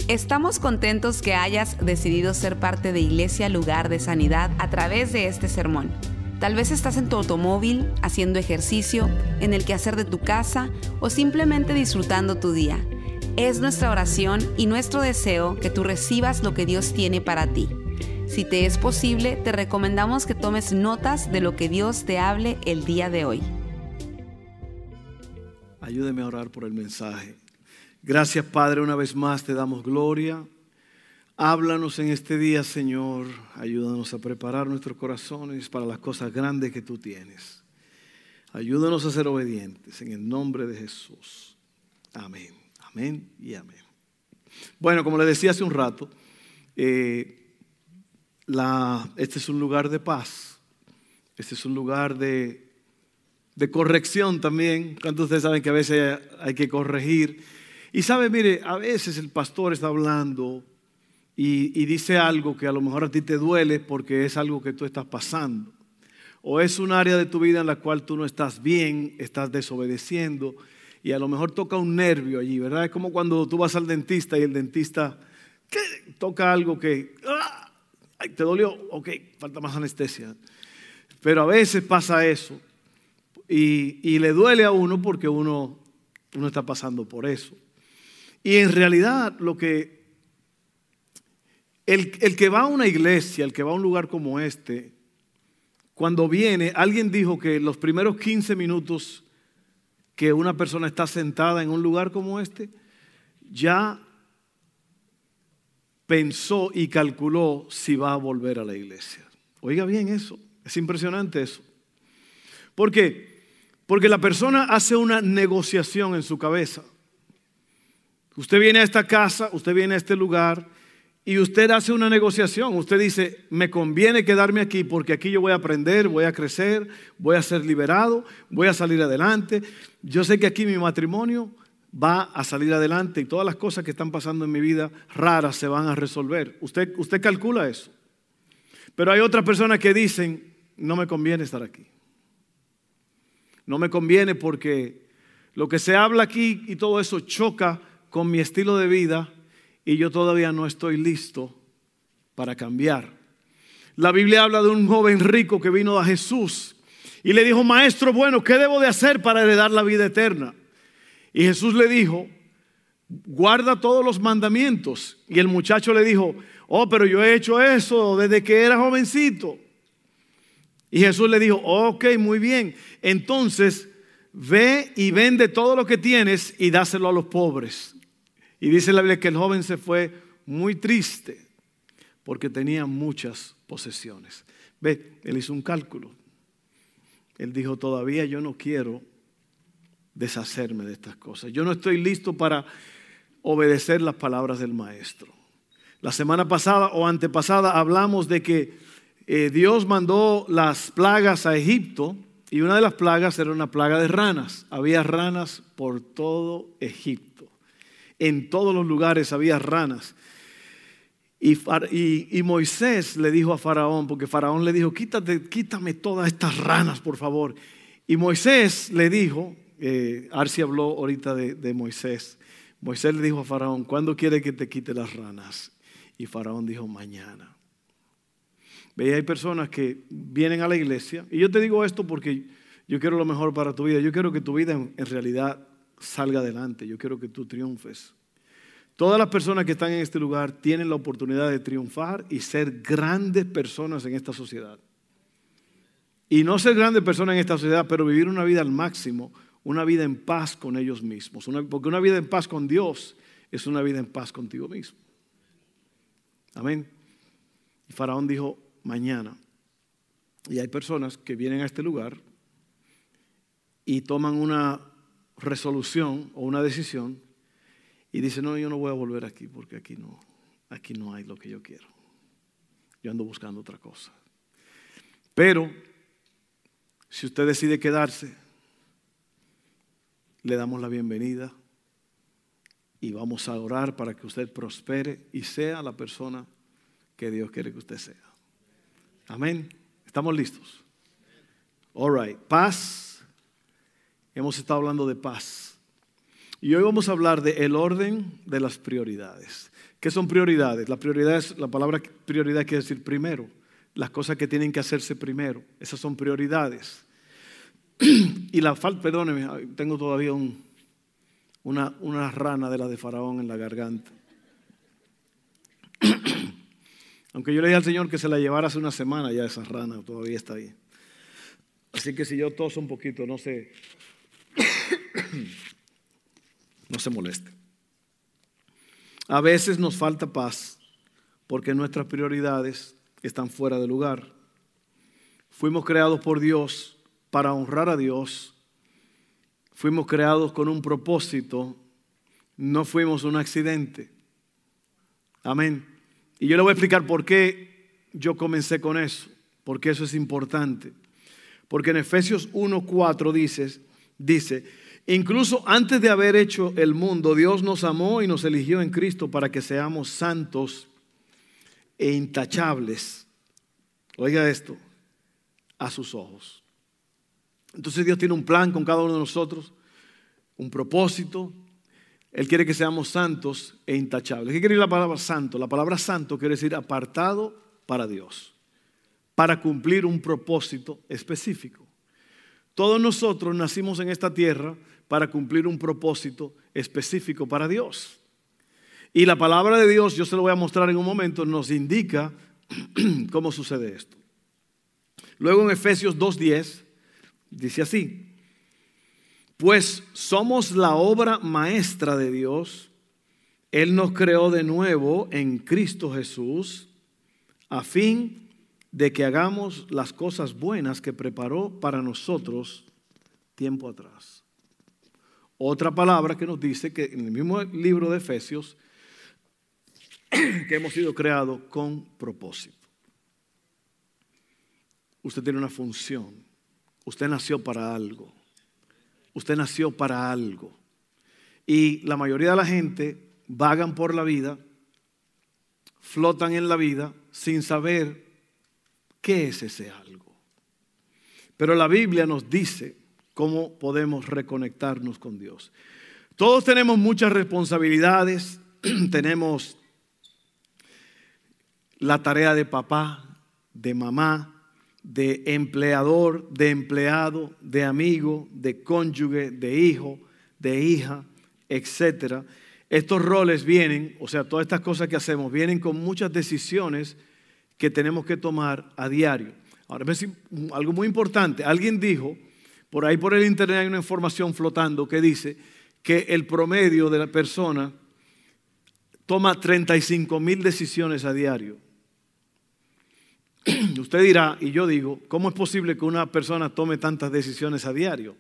Estamos contentos que hayas decidido ser parte de Iglesia Lugar de Sanidad a través de este sermón. Tal vez estás en tu automóvil, haciendo ejercicio, en el quehacer de tu casa o simplemente disfrutando tu día. Es nuestra oración y nuestro deseo que tú recibas lo que Dios tiene para ti. Si te es posible, te recomendamos que tomes notas de lo que Dios te hable el día de hoy. Ayúdeme a orar por el mensaje. Gracias, Padre, una vez más te damos gloria. Háblanos en este día, Señor. Ayúdanos a preparar nuestros corazones para las cosas grandes que tú tienes. Ayúdanos a ser obedientes en el nombre de Jesús. Amén, amén y amén. Bueno, como les decía hace un rato, este es un lugar de paz. Este es un lugar de corrección también. ¿Cuántos de ustedes saben que a veces hay que corregir? Y sabe, mire, a veces el pastor está hablando y dice algo que a lo mejor a ti te duele porque es algo que tú estás pasando. O es un área de tu vida en la cual tú no estás bien, estás desobedeciendo y a lo mejor toca un nervio allí, ¿verdad? Es como cuando tú vas al dentista y el dentista toca algo que ay, te dolió, ok, falta más anestesia. Pero a veces pasa eso y le duele a uno porque uno está pasando por eso. Y en realidad el que va a una iglesia, el que va a un lugar como este, cuando viene, alguien dijo que los primeros 15 minutos que una persona está sentada en un lugar como este, ya pensó y calculó si va a volver a la iglesia. Oiga bien eso, es impresionante eso. ¿Por qué? Porque la persona hace una negociación en su cabeza. Usted viene a esta casa, usted viene a este lugar y usted hace una negociación. Usted dice, me conviene quedarme aquí porque aquí yo voy a aprender, voy a crecer, voy a ser liberado, voy a salir adelante. Yo sé que aquí mi matrimonio va a salir adelante y todas las cosas que están pasando en mi vida raras se van a resolver. Usted calcula eso. Pero hay otras personas que dicen, no me conviene estar aquí. No me conviene porque lo que se habla aquí y todo eso choca con mi estilo de vida y yo todavía no estoy listo para cambiar. La Biblia habla de un joven rico que vino a Jesús y le dijo, maestro bueno, ¿qué debo de hacer para heredar la vida eterna? Y Jesús le dijo, guarda todos los mandamientos. Y el muchacho le dijo, oh, pero yo he hecho eso desde que era jovencito. Y Jesús le dijo, ok, muy bien. Entonces, ve y vende todo lo que tienes y dáselo a los pobres. Y dice la Biblia que el joven se fue muy triste porque tenía muchas posesiones. Ve, él hizo un cálculo. Él dijo, todavía yo no quiero deshacerme de estas cosas. Yo no estoy listo para obedecer las palabras del maestro. La semana pasada o antepasada hablamos de que Dios mandó las plagas a Egipto y una de las plagas era una plaga de ranas. Había ranas por todo Egipto. En todos los lugares había ranas. Y Moisés le dijo a Faraón, porque Faraón le dijo, quítame todas estas ranas, por favor. Y Moisés le dijo, Arci habló ahorita de Moisés. Moisés le dijo a Faraón, ¿cuándo quiere que te quite las ranas? Y Faraón dijo, mañana. Ve, hay personas que vienen a la iglesia, y yo te digo esto porque yo quiero lo mejor para tu vida. Yo quiero que tu vida en realidad salga adelante. Yo quiero que tú triunfes. Todas las personas que están en este lugar tienen la oportunidad de triunfar y ser grandes personas en esta sociedad. Y no ser grandes personas en esta sociedad, pero vivir una vida al máximo, una vida en paz con ellos mismos. Porque una vida en paz con Dios es una vida en paz contigo mismo. Amén. Y Faraón dijo, mañana. Y hay personas que vienen a este lugar y toman una resolución o una decisión y dicen, no, yo no voy a volver aquí porque aquí no hay lo que yo quiero. Yo ando buscando otra cosa. Pero si usted decide quedarse, le damos la bienvenida y vamos a orar para que usted prospere y sea la persona que Dios quiere que usted sea. Amén. ¿Estamos listos? All right. Paz. Hemos estado hablando de paz. Y hoy vamos a hablar de el orden de las prioridades. ¿Qué son prioridades? La palabra prioridad quiere decir primero. Las cosas que tienen que hacerse primero. Esas son prioridades. Y perdóneme, tengo todavía una rana de la de Faraón en la garganta. Aunque yo le dije al Señor que se la llevara hace una semana, ya esa rana todavía está ahí. Así que si yo toso un poquito, no se moleste. A veces nos falta paz porque nuestras prioridades están fuera de lugar. Fuimos creados por Dios para honrar a Dios. Fuimos creados con un propósito. No fuimos un accidente. Amén. Y yo le voy a explicar por qué yo comencé con eso. Porque eso es importante. Porque en Efesios 1:4 dice, incluso antes de haber hecho el mundo, Dios nos amó y nos eligió en Cristo para que seamos santos e intachables. Oiga esto, a sus ojos. Entonces Dios tiene un plan con cada uno de nosotros, un propósito. Él quiere que seamos santos e intachables. ¿Qué quiere decir la palabra santo? La palabra santo quiere decir apartado para Dios, para cumplir un propósito específico. Todos nosotros nacimos en esta tierra para cumplir un propósito específico para Dios. Y la palabra de Dios, yo se lo voy a mostrar en un momento, nos indica cómo sucede esto. Luego en Efesios 2:10 dice así: pues somos la obra maestra de Dios. Él nos creó de nuevo en Cristo Jesús a fin de que hagamos las cosas buenas que preparó para nosotros tiempo atrás. Otra palabra que nos dice que en el mismo libro de Efesios que hemos sido creados con propósito. Usted tiene una función. Usted nació para algo. Usted nació para algo. Y la mayoría de la gente vagan por la vida, flotan en la vida sin saber qué es ese algo. Pero la Biblia nos dice cómo podemos reconectarnos con Dios. Todos tenemos muchas responsabilidades. Tenemos la tarea de papá, de mamá, de empleador, de empleado, de amigo, de cónyuge, de hijo, de hija, etc. Estos roles vienen, o sea, todas estas cosas que hacemos, vienen con muchas decisiones que tenemos que tomar a diario. Ahora, algo muy importante. Alguien dijo, por ahí por el internet hay una información flotando que dice que el promedio de la persona toma 35,000 decisiones a diario. Usted dirá, y yo digo, ¿cómo es posible que una persona tome tantas decisiones a diario?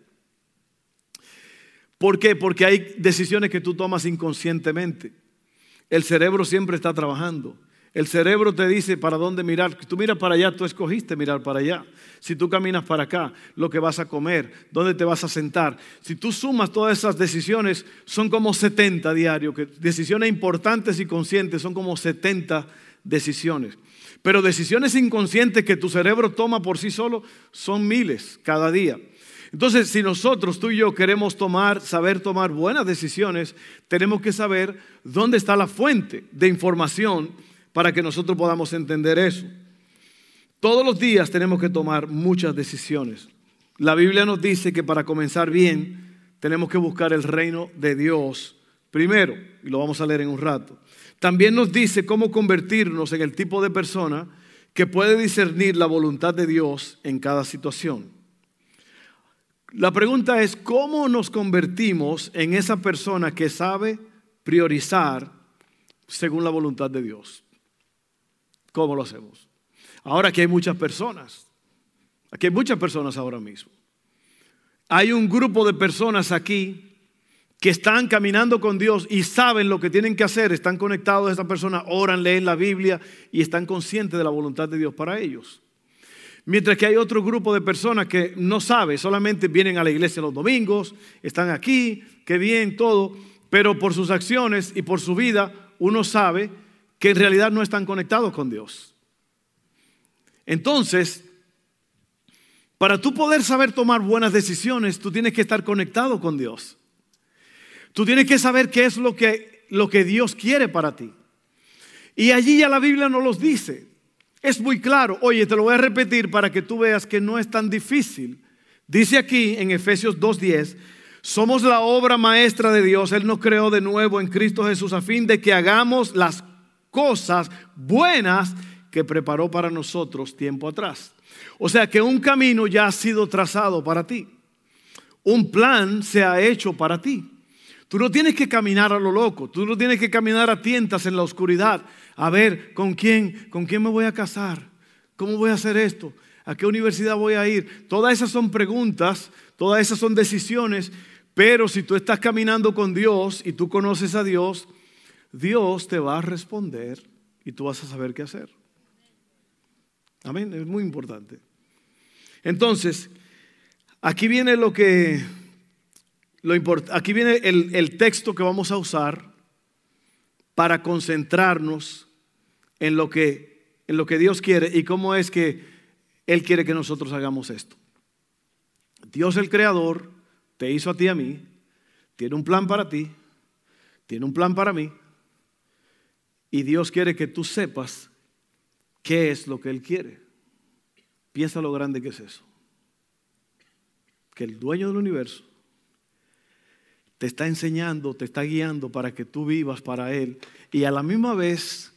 ¿Por qué? Porque hay decisiones que tú tomas inconscientemente. El cerebro siempre está trabajando. El cerebro te dice para dónde mirar. Tú miras para allá, tú escogiste mirar para allá. Si tú caminas para acá, lo que vas a comer, dónde te vas a sentar. Si tú sumas todas esas decisiones, son como 70 diarios. Decisiones importantes y conscientes son como 70 decisiones. Pero decisiones inconscientes que tu cerebro toma por sí solo son miles cada día. Entonces, si nosotros, tú y yo, queremos saber tomar buenas decisiones, tenemos que saber dónde está la fuente de información para que nosotros podamos entender eso. Todos los días tenemos que tomar muchas decisiones. La Biblia nos dice que para comenzar bien, tenemos que buscar el reino de Dios primero, y lo vamos a leer en un rato. También nos dice cómo convertirnos en el tipo de persona que puede discernir la voluntad de Dios en cada situación. La pregunta es, ¿cómo nos convertimos en esa persona que sabe priorizar según la voluntad de Dios? ¿Cómo lo hacemos? Ahora aquí hay muchas personas. Aquí hay muchas personas ahora mismo. Hay un grupo de personas aquí que están caminando con Dios y saben lo que tienen que hacer, están conectados a esa persona, oran, leen la Biblia y están conscientes de la voluntad de Dios para ellos. Mientras que hay otro grupo de personas que no sabe, solamente vienen a la iglesia los domingos, están aquí, qué bien, todo, pero por sus acciones y por su vida uno sabe que en realidad no están conectados con Dios. Entonces, para tú poder saber tomar buenas decisiones, tú tienes que estar conectado con Dios. Tú tienes que saber qué es lo que Dios quiere para ti. Y allí ya la Biblia nos los dice. Es muy claro. Oye, te lo voy a repetir para que tú veas que no es tan difícil. Dice aquí en Efesios 2:10, somos la obra maestra de Dios. Él nos creó de nuevo en Cristo Jesús a fin de que hagamos las cosas buenas que preparó para nosotros tiempo atrás. O sea que un camino ya ha sido trazado para ti. Un plan se ha hecho para ti. Tú no tienes que caminar a lo loco. Tú no tienes que caminar a tientas en la oscuridad. A ver, ¿con quién me voy a casar? ¿Cómo voy a hacer esto? ¿A qué universidad voy a ir? Todas esas son preguntas, todas esas son decisiones. Pero si tú estás caminando con Dios y tú conoces a Dios, Dios te va a responder y tú vas a saber qué hacer. Amén, es muy importante. Entonces, aquí viene aquí viene el texto que vamos a usar para concentrarnos en lo que Dios quiere y cómo es que Él quiere que nosotros hagamos esto. Dios el Creador te hizo a ti y a mí, tiene un plan para ti, tiene un plan para mí, y Dios quiere que tú sepas qué es lo que Él quiere. Piensa lo grande que es eso. Que el dueño del universo te está enseñando, te está guiando para que tú vivas para Él y a la misma vez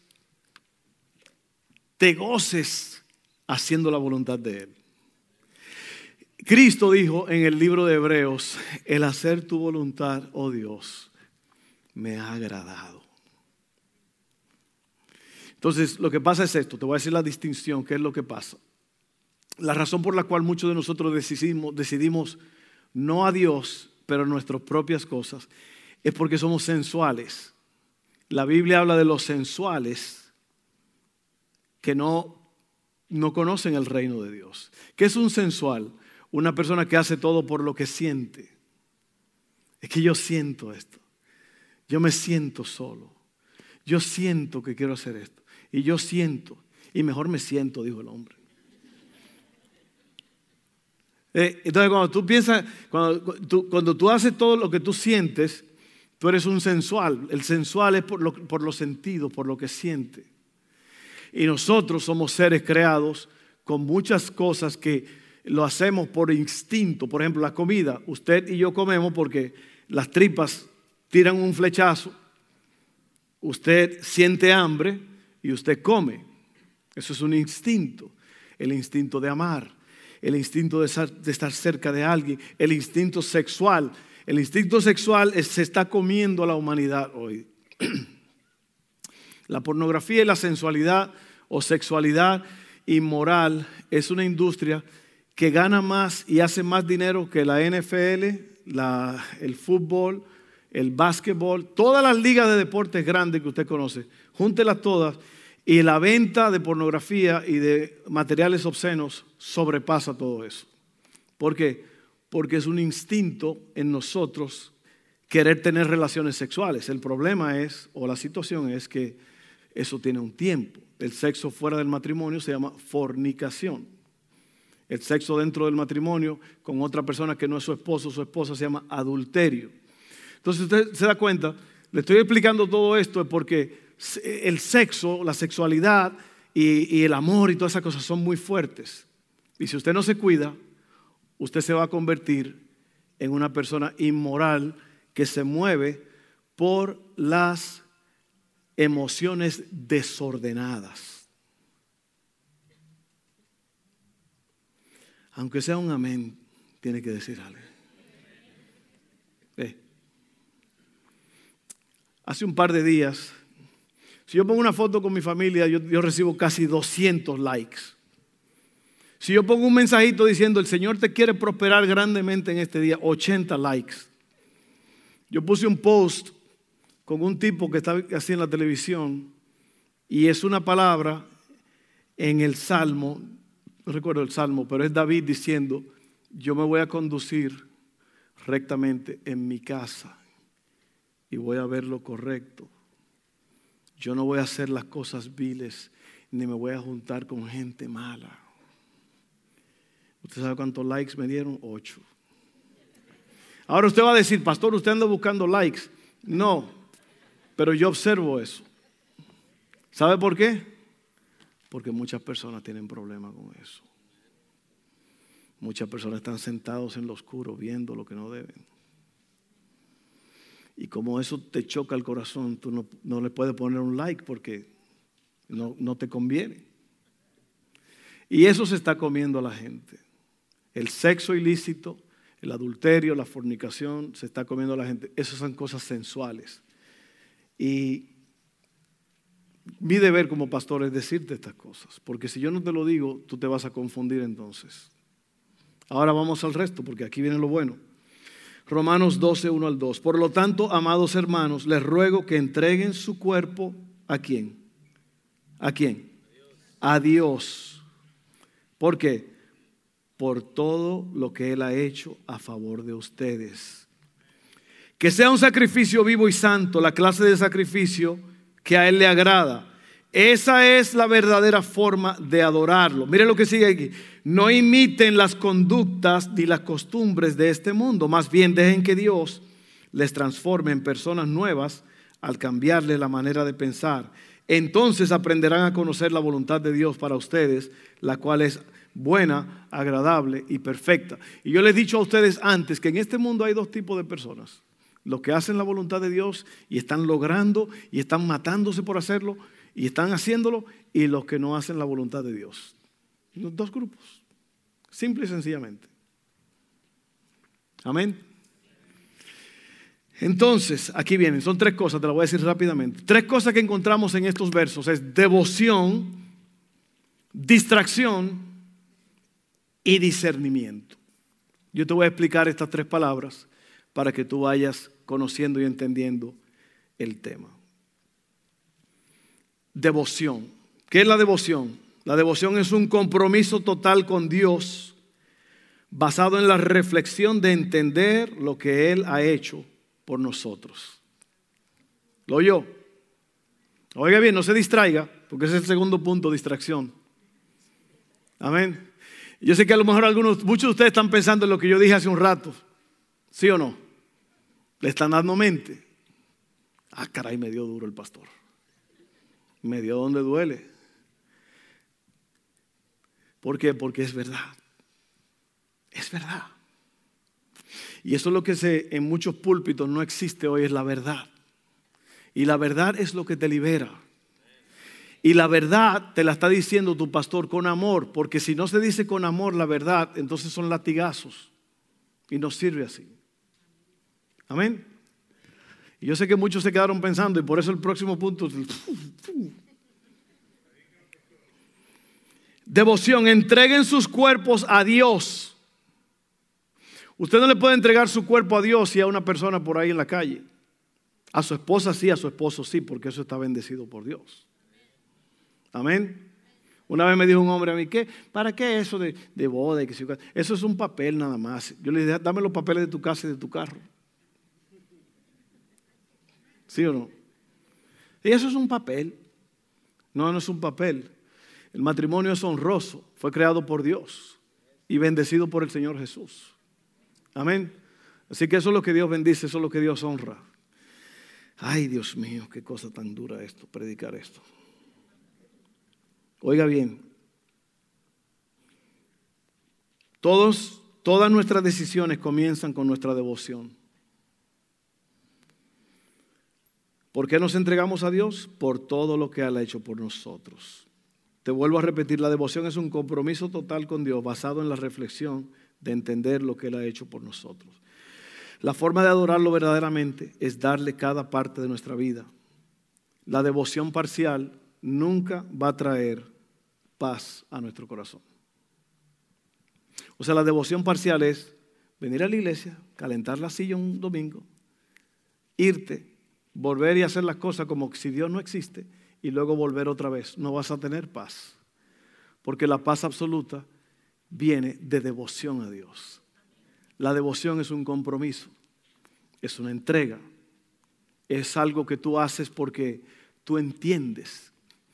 te goces haciendo la voluntad de Él. Cristo dijo en el libro de Hebreos, el hacer tu voluntad, oh Dios, me ha agradado. Entonces, lo que pasa es esto, te voy a decir la distinción, qué es lo que pasa. La razón por la cual muchos de nosotros decidimos no a Dios, pero nuestras propias cosas, es porque somos sensuales. La Biblia habla de los sensuales que no conocen el reino de Dios. ¿Qué es un sensual? Una persona que hace todo por lo que siente. Es que yo siento esto. Yo me siento solo. Yo siento que quiero hacer esto. Y yo siento. Y mejor me siento, dijo el hombre. Entonces cuando tú piensas, cuando tú haces todo lo que tú sientes, tú eres un sensual. El sensual es por los sentidos, por lo que siente. Y nosotros somos seres creados con muchas cosas que lo hacemos por instinto. Por ejemplo, la comida. Usted y yo comemos porque las tripas tiran un flechazo. Usted siente hambre y usted come. Eso es un instinto. El instinto de amar. El instinto de estar cerca de alguien. El instinto sexual. El instinto sexual se está comiendo a la humanidad hoy. La pornografía y la sensualidad o sexualidad inmoral es una industria que gana más y hace más dinero que la NFL, el fútbol, el básquetbol, todas las ligas de deportes grandes que usted conoce. Júntelas todas y la venta de pornografía y de materiales obscenos sobrepasa todo eso. ¿Por qué? Porque es un instinto en nosotros querer tener relaciones sexuales. El problema es, o la situación es que eso tiene un tiempo. El sexo fuera del matrimonio se llama fornicación. El sexo dentro del matrimonio con otra persona que no es su esposo o su esposa se llama adulterio. Entonces usted se da cuenta, le estoy explicando todo esto es porque el sexo, la sexualidad y el amor y todas esas cosas son muy fuertes. Y si usted no se cuida, usted se va a convertir en una persona inmoral que se mueve por las emociones desordenadas. Aunque sea un amén, tiene que decir algo. Hace un par de días, si yo pongo una foto con mi familia, yo recibo casi 200 likes. Si yo pongo un mensajito diciendo, el Señor te quiere prosperar grandemente en este día, 80 likes. Yo puse un post con un tipo que está así en la televisión y es una palabra en el Salmo, no recuerdo el Salmo, pero es David diciendo, yo me voy a conducir rectamente en mi casa y voy a ver lo correcto. Yo no voy a hacer las cosas viles ni me voy a juntar con gente mala. ¿Usted sabe cuántos likes me dieron? 8. Ahora usted va a decir, pastor, usted anda buscando likes. No, pero yo observo eso. ¿Sabe por qué? Porque muchas personas tienen problemas con eso. Muchas personas están sentados en lo oscuro viendo lo que no deben. Y como eso te choca el corazón, tú no le puedes poner un like porque no te conviene. Y eso se está comiendo a la gente. El sexo ilícito, el adulterio, la fornicación, se está comiendo a la gente. Esas son cosas sensuales. Y mi deber como pastor es decirte estas cosas. Porque si yo no te lo digo, tú te vas a confundir entonces. Ahora vamos al resto, porque aquí viene lo bueno. Romanos 12, 1 al 2. Por lo tanto, amados hermanos, les ruego que entreguen su cuerpo ¿a quién? ¿A quién? A Dios. ¿Por qué? Por todo lo que Él ha hecho a favor de ustedes. Que sea un sacrificio vivo y santo, la clase de sacrificio que a Él le agrada. Esa es la verdadera forma de adorarlo. Mire lo que sigue aquí. No imiten las conductas ni las costumbres de este mundo. Más bien dejen que Dios les transforme en personas nuevas al cambiarle la manera de pensar. Entonces aprenderán a conocer la voluntad de Dios para ustedes, la cual es buena, agradable y perfecta. Y yo les he dicho a ustedes antes que en este mundo hay dos tipos de personas. Los que hacen la voluntad de Dios y están logrando y están matándose por hacerlo y están haciéndolo, y los que no hacen la voluntad de Dios. Los dos grupos, simple y sencillamente. Amén. Entonces, aquí vienen, son tres cosas, te las voy a decir rápidamente. Tres cosas que encontramos en estos versos es devoción, distracción y discernimiento. Yo te voy a explicar estas tres palabras para que tú vayas conociendo y entendiendo el tema. Devoción. ¿Qué es la devoción? La devoción es un compromiso total con Dios basado en la reflexión de entender lo que Él ha hecho por nosotros. ¿Lo oyó? Oiga bien, no se distraiga, porque ese es el segundo punto, distracción. Amén. Yo sé que a lo mejor muchos de ustedes están pensando en lo que yo dije hace un rato. ¿Sí o no? Le están dando mente. Ah, caray, me dio duro el pastor. Me dio donde duele. ¿Por qué? Porque es verdad. Es verdad. Y eso es lo que en muchos púlpitos no existe hoy, es la verdad. Y la verdad es lo que te libera. Y la verdad te la está diciendo tu pastor con amor, porque si no se dice con amor la verdad, entonces son latigazos. Y no sirve así. Amén. Y yo sé que muchos se quedaron pensando, y por eso el próximo punto. Devoción, entreguen sus cuerpos a Dios. Usted no le puede entregar su cuerpo a Dios y a una persona por ahí en la calle. A su esposa sí, a su esposo sí, porque eso está bendecido por Dios. Amén. Una vez me dijo un hombre a mí, ¿para qué eso de boda? Eso es un papel nada más. Yo le dije, dame los papeles de tu casa y de tu carro. ¿Sí o no? Y eso es un papel. No, no es un papel. El matrimonio es honroso, fue creado por Dios y bendecido por el Señor Jesús. Amén. Así que eso es lo que Dios bendice, eso es lo que Dios honra. Ay, Dios mío, qué cosa tan dura esto, predicar esto. Oiga bien, todas nuestras decisiones comienzan con nuestra devoción. ¿Por qué nos entregamos a Dios? Por todo lo que Él ha hecho por nosotros. Te vuelvo a repetir, la devoción es un compromiso total con Dios basado en la reflexión de entender lo que Él ha hecho por nosotros. La forma de adorarlo verdaderamente es darle cada parte de nuestra vida. La devoción parcial nunca va a traer paz a nuestro corazón. O sea, la devoción parcial es venir a la iglesia, calentar la silla un domingo, irte, volver y hacer las cosas como si Dios no existe y luego volver otra vez. No vas a tener paz, porque la paz absoluta viene de devoción a Dios. La devoción es un compromiso, es una entrega, es algo que tú haces porque tú entiendes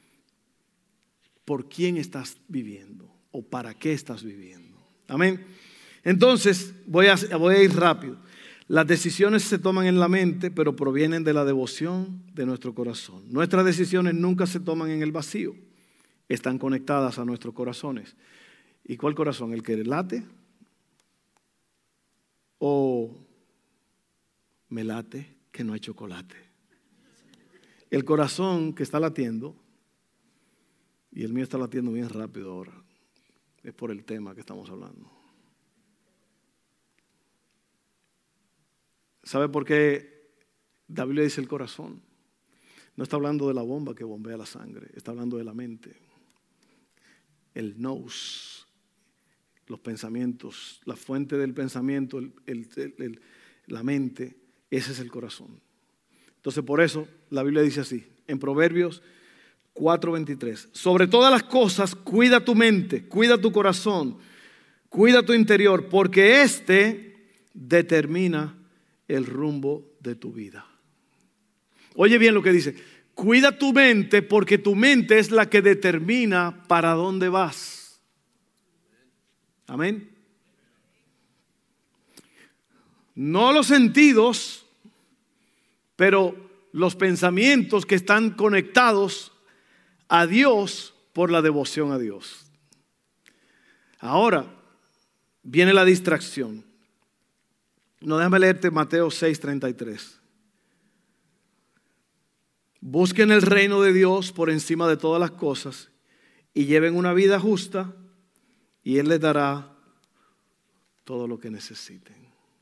por quién estás viviendo o para qué estás viviendo. Amén. Entonces, voy a ir rápido. Las decisiones se toman en la mente, pero provienen de la devoción de nuestro corazón. Nuestras decisiones nunca se toman en el vacío. Están conectadas a nuestros corazones. ¿Y cuál corazón? ¿El que late? ¿O me late que no hay chocolate? El corazón que está latiendo, y el mío está latiendo bien rápido ahora, es por el tema que estamos hablando. ¿Sabe por qué la Biblia dice el corazón? No está hablando de la bomba que bombea la sangre, está hablando de la mente. El nous, los pensamientos, la fuente del pensamiento, la mente, ese es el corazón. Entonces por eso la Biblia dice así, en Proverbios 4:23, sobre todas las cosas cuida tu mente, cuida tu corazón, cuida tu interior, porque determina el rumbo de tu vida. Oye bien lo que dice, cuida tu mente porque tu mente es la que determina para dónde vas. Amén. No los sentidos, pero los pensamientos que están conectados a Dios por la devoción a Dios. Ahora viene la distracción. No, déjame leerte Mateo 6:33. Busquen el reino de Dios por encima de todas las cosas y lleven una vida justa y Él les dará todo lo que necesiten.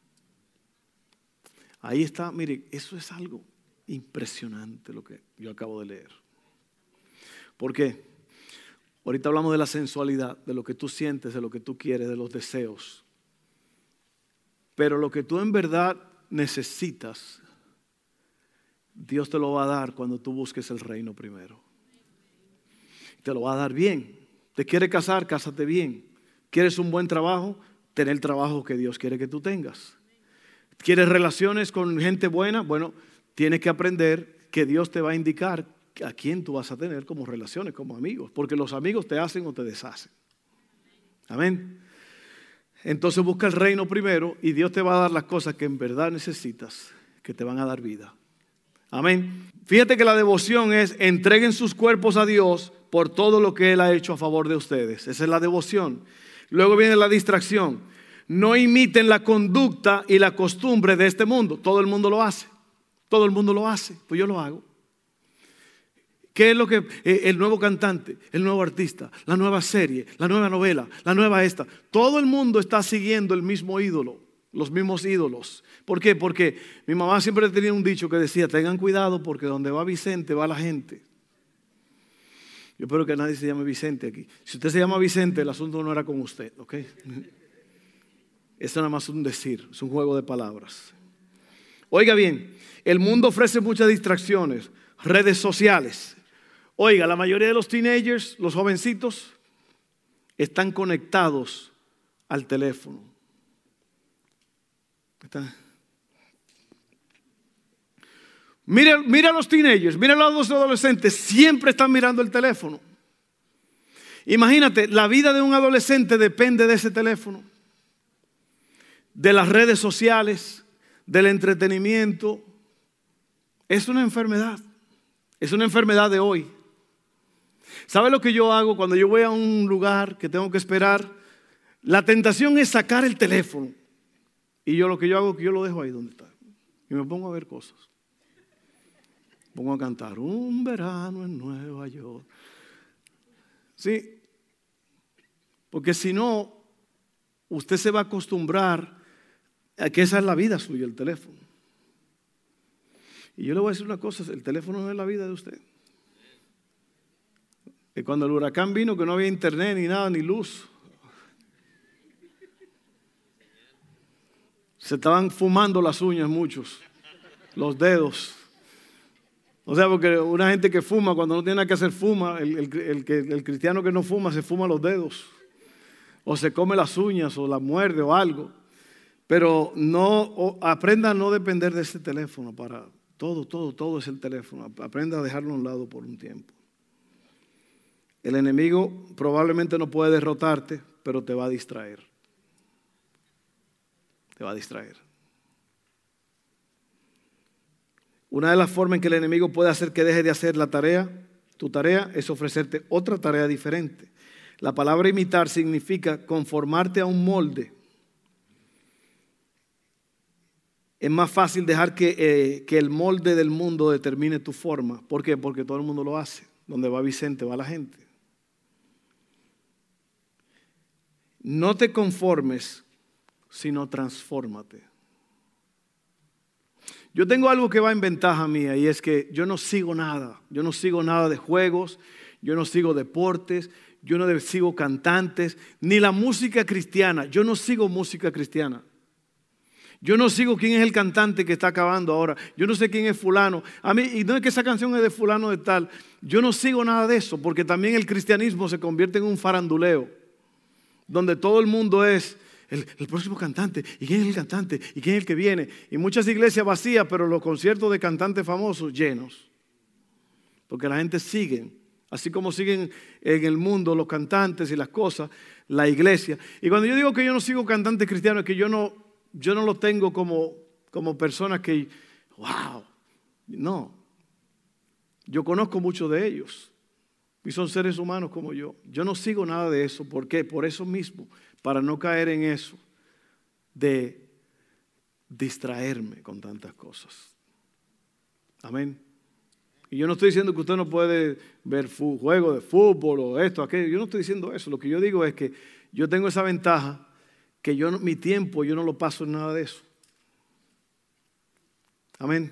Ahí está, mire, eso es algo impresionante lo que yo acabo de leer. ¿Por qué? Ahorita hablamos de la sensualidad, de lo que tú sientes, de lo que tú quieres, de los deseos. Pero lo que tú en verdad necesitas, Dios te lo va a dar cuando tú busques el reino primero. Te lo va a dar bien. ¿Te quieres casar? Cásate bien. ¿Quieres un buen trabajo? Ten el trabajo que Dios quiere que tú tengas. ¿Quieres relaciones con gente buena? Bueno, tienes que aprender que Dios te va a indicar a quién tú vas a tener como relaciones, como amigos. Porque los amigos te hacen o te deshacen. Amén. Entonces busca el reino primero y Dios te va a dar las cosas que en verdad necesitas, que te van a dar vida. Amén. Fíjate que la devoción es entreguen sus cuerpos a Dios por todo lo que Él ha hecho a favor de ustedes. Esa es la devoción. Luego viene la distracción. No imiten la conducta y la costumbre de este mundo. Todo el mundo lo hace. Todo el mundo lo hace. Pues yo lo hago. ¿Qué es lo que el nuevo cantante, el nuevo artista, la nueva serie, la nueva novela, la nueva esta? Todo el mundo está siguiendo el mismo ídolo, los mismos ídolos. ¿Por qué? Porque mi mamá siempre tenía un dicho que decía, tengan cuidado porque donde va Vicente va la gente. Yo espero que nadie se llame Vicente aquí. Si usted se llama Vicente, el asunto no era con usted, ¿ok? Esto nada más es un decir, es un juego de palabras. Oiga bien, el mundo ofrece muchas distracciones, redes sociales. Oiga, la mayoría de los teenagers, los jovencitos, están conectados al teléfono. Mira a los teenagers, mira a los adolescentes, siempre están mirando el teléfono. Imagínate, la vida de un adolescente depende de ese teléfono, de las redes sociales, del entretenimiento. Es una enfermedad de hoy. ¿Sabe lo que yo hago cuando yo voy a un lugar que tengo que esperar? La tentación es sacar el teléfono. Y yo lo que yo hago es que yo lo dejo ahí donde está. Y me pongo a ver cosas. Pongo a cantar un verano en Nueva York. Sí. Porque si no, usted se va a acostumbrar a que esa es la vida suya, el teléfono. Y yo le voy a decir una cosa, el teléfono no es la vida de usted. Que cuando el huracán vino, que no había internet ni nada, ni luz. Se estaban fumando las uñas muchos, los dedos. O sea, porque una gente que fuma, cuando no tiene nada que hacer, fuma. El cristiano que no fuma, se fuma los dedos. O se come las uñas, o la muerde, o algo. Pero aprenda a no depender de ese teléfono para todo es el teléfono. Aprenda a dejarlo a un lado por un tiempo. El enemigo probablemente no puede derrotarte, pero te va a distraer. Te va a distraer. Una de las formas en que el enemigo puede hacer que dejes de hacer tu tarea, es ofrecerte otra tarea diferente. La palabra imitar significa conformarte a un molde. Es más fácil dejar que el molde del mundo determine tu forma. ¿Por qué? Porque todo el mundo lo hace. Donde va Vicente, va la gente. No te conformes, sino transfórmate. Yo tengo algo que va en ventaja mía y es que yo no sigo nada. Yo no sigo nada de juegos, yo no sigo deportes, yo no sigo cantantes, ni la música cristiana. Yo no sigo música cristiana. Yo no sigo quién es el cantante que está acabando ahora. Yo no sé quién es fulano. A mí, y no es que esa canción es de fulano de tal. Yo no sigo nada de eso, porque también el cristianismo se convierte en un faranduleo, donde todo el mundo es el próximo cantante. ¿Y quién es el cantante? ¿Y quién es el que viene? Y muchas iglesias vacías, pero los conciertos de cantantes famosos llenos. Porque la gente sigue, así como siguen en el mundo los cantantes y las cosas, la iglesia. Y cuando yo digo que yo no sigo cantantes cristianos, es que yo no lo tengo como personas que, wow, no. Yo conozco muchos de ellos y son seres humanos como yo. Yo no sigo nada de eso. ¿Por qué? Por eso mismo, para no caer en eso de distraerme con tantas cosas. Amén. Y yo no estoy diciendo que usted no puede ver juegos de fútbol o esto, aquello. Yo no estoy diciendo eso. Lo que yo digo es que yo tengo esa ventaja que mi tiempo yo no lo paso en nada de eso. Amén.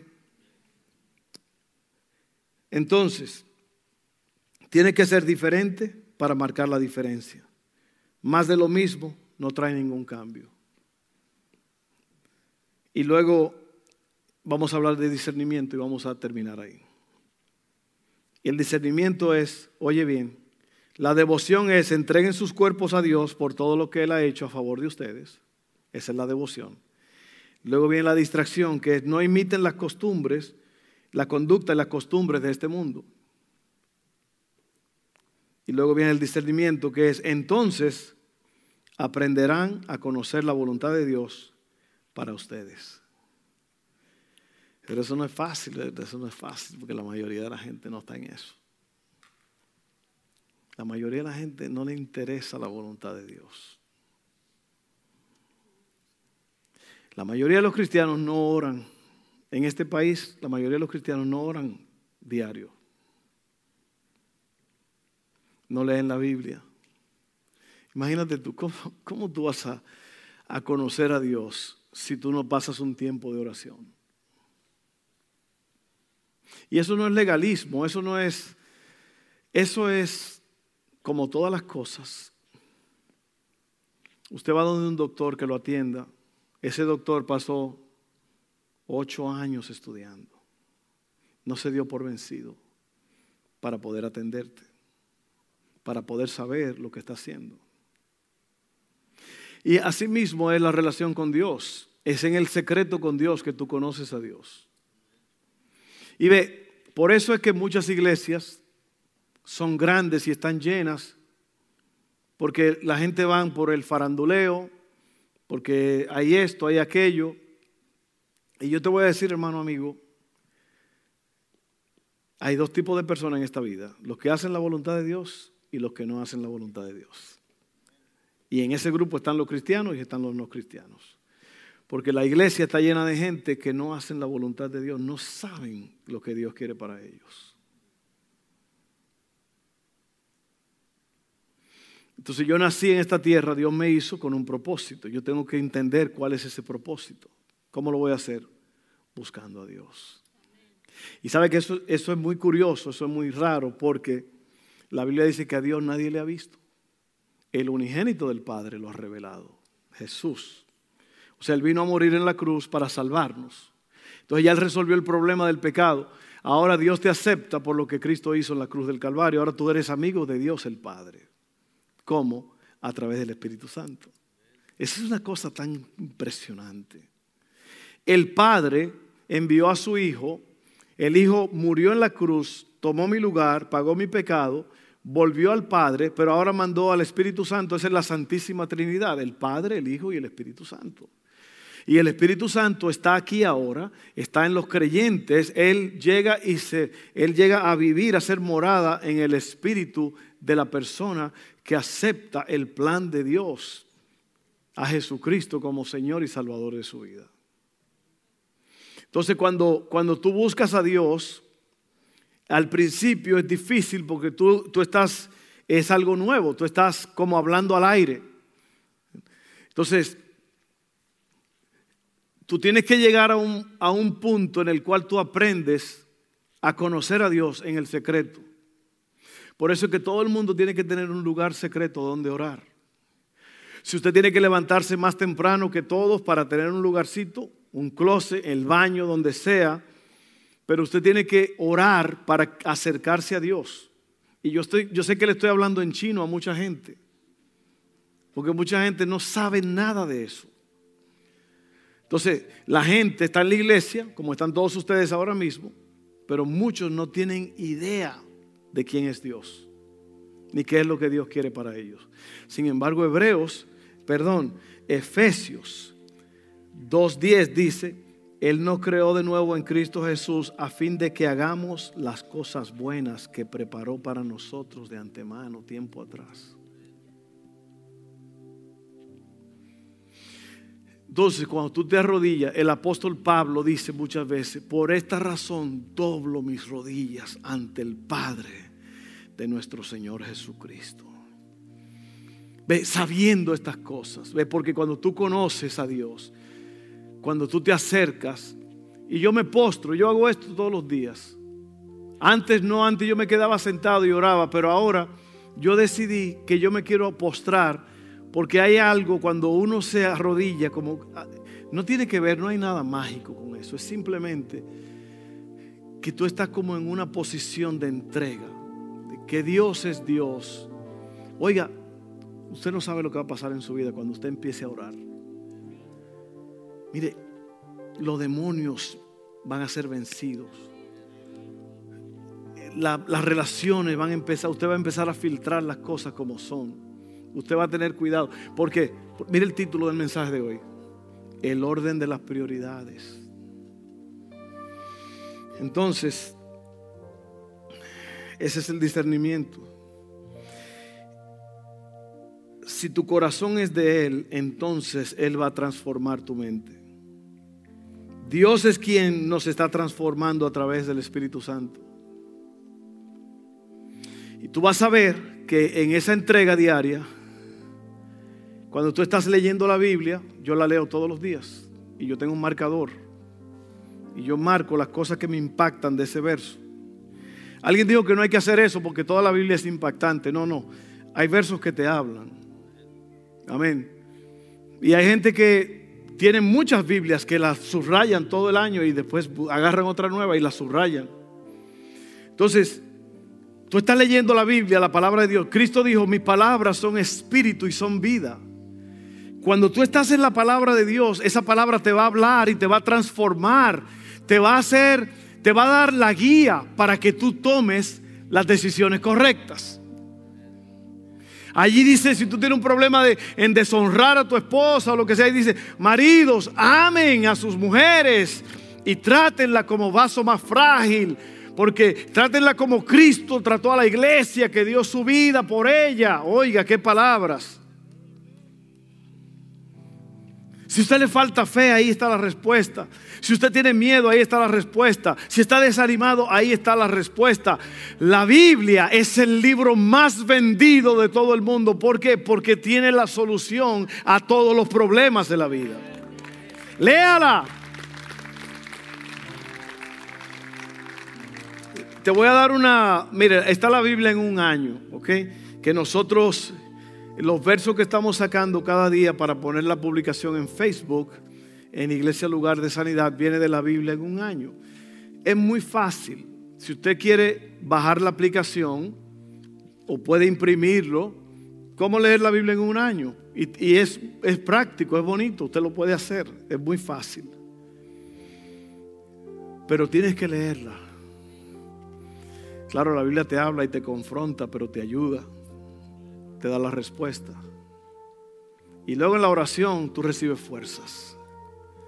Entonces, tiene que ser diferente para marcar la diferencia. Más de lo mismo no trae ningún cambio. Y luego vamos a hablar de discernimiento y vamos a terminar ahí. Y el discernimiento es, oye bien, la devoción es entreguen sus cuerpos a Dios por todo lo que Él ha hecho a favor de ustedes. Esa es la devoción. Luego viene la distracción, que es no imiten las costumbres, la conducta y las costumbres de este mundo. Y luego viene el discernimiento, que es entonces aprenderán a conocer la voluntad de Dios para ustedes. Pero eso no es fácil, porque la mayoría de la gente no está en eso. La mayoría de la gente no le interesa la voluntad de Dios. La mayoría de los cristianos no oran. En este país, la mayoría de los cristianos no oran diario. No leen la Biblia. Imagínate tú, ¿cómo tú vas a conocer a Dios si tú no pasas un tiempo de oración? Y eso no es legalismo, eso es como todas las cosas. Usted va donde un doctor que lo atienda. Ese doctor pasó 8 años estudiando. No se dio por vencido para poder atenderte, para poder saber lo que está haciendo. Y así mismo es la relación con Dios. Es en el secreto con Dios que tú conoces a Dios. Y ve, por eso es que muchas iglesias son grandes y están llenas, porque la gente va por el faranduleo, porque hay esto, hay aquello. Y yo te voy a decir, hermano amigo, hay 2 tipos de personas en esta vida: los que hacen la voluntad de Dios y los que no hacen la voluntad de Dios. Y en ese grupo están los cristianos y están los no cristianos. Porque la iglesia está llena de gente que no hacen la voluntad de Dios, no saben lo que Dios quiere para ellos. Entonces yo nací en esta tierra, Dios me hizo con un propósito. Yo tengo que entender cuál es ese propósito. ¿Cómo lo voy a hacer? Buscando a Dios. Y sabe que eso es muy curioso, eso es muy raro, porque la Biblia dice que a Dios nadie le ha visto. El unigénito del Padre lo ha revelado, Jesús. O sea, Él vino a morir en la cruz para salvarnos. Entonces ya Él resolvió el problema del pecado. Ahora Dios te acepta por lo que Cristo hizo en la cruz del Calvario. Ahora tú eres amigo de Dios el Padre. ¿Cómo? A través del Espíritu Santo. Esa es una cosa tan impresionante. El Padre envió a su Hijo. El Hijo murió en la cruz, tomó mi lugar, pagó mi pecado, volvió al Padre, pero ahora mandó al Espíritu Santo. Esa es la Santísima Trinidad, el Padre, el Hijo y el Espíritu Santo. Y el Espíritu Santo está aquí ahora, está en los creyentes. Él llega a vivir, a ser morada en el espíritu de la persona que acepta el plan de Dios, a Jesucristo como Señor y Salvador de su vida. Entonces cuando tú buscas a Dios, al principio es difícil porque tú estás, es algo nuevo, tú estás como hablando al aire. Entonces, tú tienes que llegar a un punto en el cual tú aprendes a conocer a Dios en el secreto. Por eso es que todo el mundo tiene que tener un lugar secreto donde orar. Si usted tiene que levantarse más temprano que todos para tener un lugarcito, un closet, el baño, donde sea, pero usted tiene que orar para acercarse a Dios. Y yo sé que le estoy hablando en chino a mucha gente, porque mucha gente no sabe nada de eso. Entonces, la gente está en la iglesia, como están todos ustedes ahora mismo, pero muchos no tienen idea de quién es Dios, ni qué es lo que Dios quiere para ellos. Sin embargo, Efesios 2:10 dice: Él nos creó de nuevo en Cristo Jesús a fin de que hagamos las cosas buenas que preparó para nosotros de antemano, tiempo atrás. Entonces, cuando tú te arrodillas, el apóstol Pablo dice muchas veces: por esta razón doblo mis rodillas ante el Padre de nuestro Señor Jesucristo. Ve, sabiendo estas cosas, ve, porque cuando tú conoces a Dios, cuando tú te acercas, y yo me postro, yo hago esto todos los días. Antes yo me quedaba sentado y oraba, pero ahora yo decidí que yo me quiero postrar. Porque hay algo cuando uno se arrodilla, como no tiene que ver, no hay nada mágico con eso. Es simplemente que tú estás como en una posición de entrega, de que Dios es Dios. Oiga, usted no sabe lo que va a pasar en su vida cuando usted empiece a orar. Mire, los demonios van a ser vencidos. Las relaciones van a empezar, usted va a empezar a filtrar las cosas como son. Usted va a tener cuidado. Porque, mire el título del mensaje de hoy: el orden de las prioridades. Entonces, ese es el discernimiento. Si tu corazón es de Él, entonces Él va a transformar tu mente. Dios es quien nos está transformando a través del Espíritu Santo. Y tú vas a ver que en esa entrega diaria, cuando tú estás leyendo la Biblia, yo la leo todos los días y yo tengo un marcador y yo marco las cosas que me impactan de ese verso. Alguien dijo que no hay que hacer eso porque toda la Biblia es impactante. No, hay versos que te hablan. Amén. Y hay gente que tiene muchas Biblias que las subrayan todo el año y después agarran otra nueva y la subrayan. Entonces, tú estás leyendo la Biblia, la palabra de Dios. Cristo dijo: mis palabras son espíritu y son vida. Cuando tú estás en la palabra de Dios, esa palabra te va a hablar y te va a transformar, te va a dar la guía para que tú tomes las decisiones correctas. Allí dice, si tú tienes un problema en deshonrar a tu esposa o lo que sea, dice: maridos, amen a sus mujeres y trátenla como vaso más frágil, porque trátenla como Cristo trató a la iglesia, que dio su vida por ella. Oiga, qué palabras. Si a usted le falta fe, ahí está la respuesta. Si usted tiene miedo, ahí está la respuesta. Si está desanimado, ahí está la respuesta. La Biblia es el libro más vendido de todo el mundo. ¿Por qué? Porque tiene la solución a todos los problemas de la vida. Léala. Te voy a dar mire, está la Biblia en un año, ¿ok? Que nosotros, los versos que estamos sacando cada día para poner la publicación en Facebook, en Iglesia Lugar de Sanidad, viene de la Biblia en un año. Es muy fácil. Si usted quiere bajar la aplicación o puede imprimirlo, ¿cómo leer la Biblia en un año? Y es práctico, es bonito, usted lo puede hacer, es muy fácil. Pero tienes que leerla. Claro, la Biblia te habla y te confronta, pero te ayuda, te da la respuesta. Y luego en la oración tú recibes fuerzas.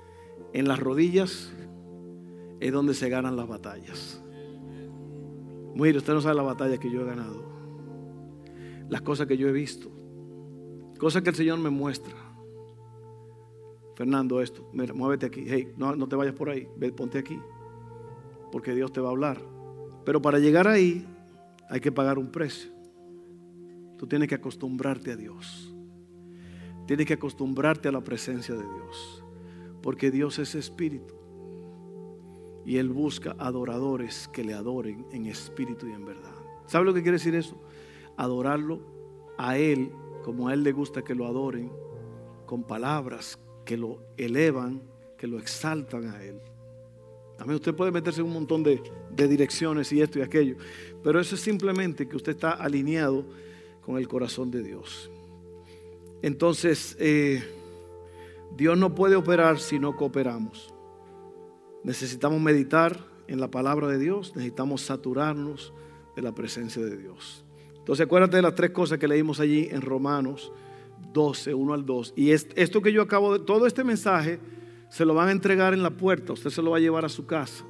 En las rodillas es donde se ganan las batallas. Mire, usted no sabe las batallas que yo he ganado, las cosas que yo he visto, cosas que el Señor me muestra. Fernando, esto, mira, muévete aquí. Hey, no te vayas por ahí, ve, ponte aquí, porque Dios te va a hablar. Pero para llegar ahí hay que pagar un precio. Tú tienes que acostumbrarte a Dios. Tienes que acostumbrarte a la presencia de Dios, porque Dios es espíritu y Él busca adoradores que le adoren en espíritu y en verdad. ¿Sabe lo que quiere decir eso? Adorarlo a Él como a Él le gusta que lo adoren, con palabras que lo elevan, que lo exaltan a Él. Amén. Usted puede meterse en un montón de direcciones y esto y aquello, pero eso es simplemente que usted está alineado con el corazón de Dios. Entonces, Dios no puede operar si no cooperamos. Necesitamos meditar en la palabra de Dios, necesitamos saturarnos de la presencia de Dios. Entonces, acuérdate de las 3 cosas que leímos allí en Romanos 12, 1 al 2. Y esto que yo acabo de, todo este mensaje se lo van a entregar en la puerta, usted se lo va a llevar a su casa.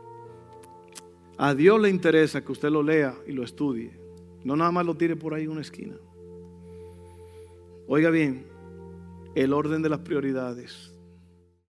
A Dios le interesa que usted lo lea y lo estudie, no nada más lo tire por ahí en una esquina. Oiga bien, el orden de las prioridades.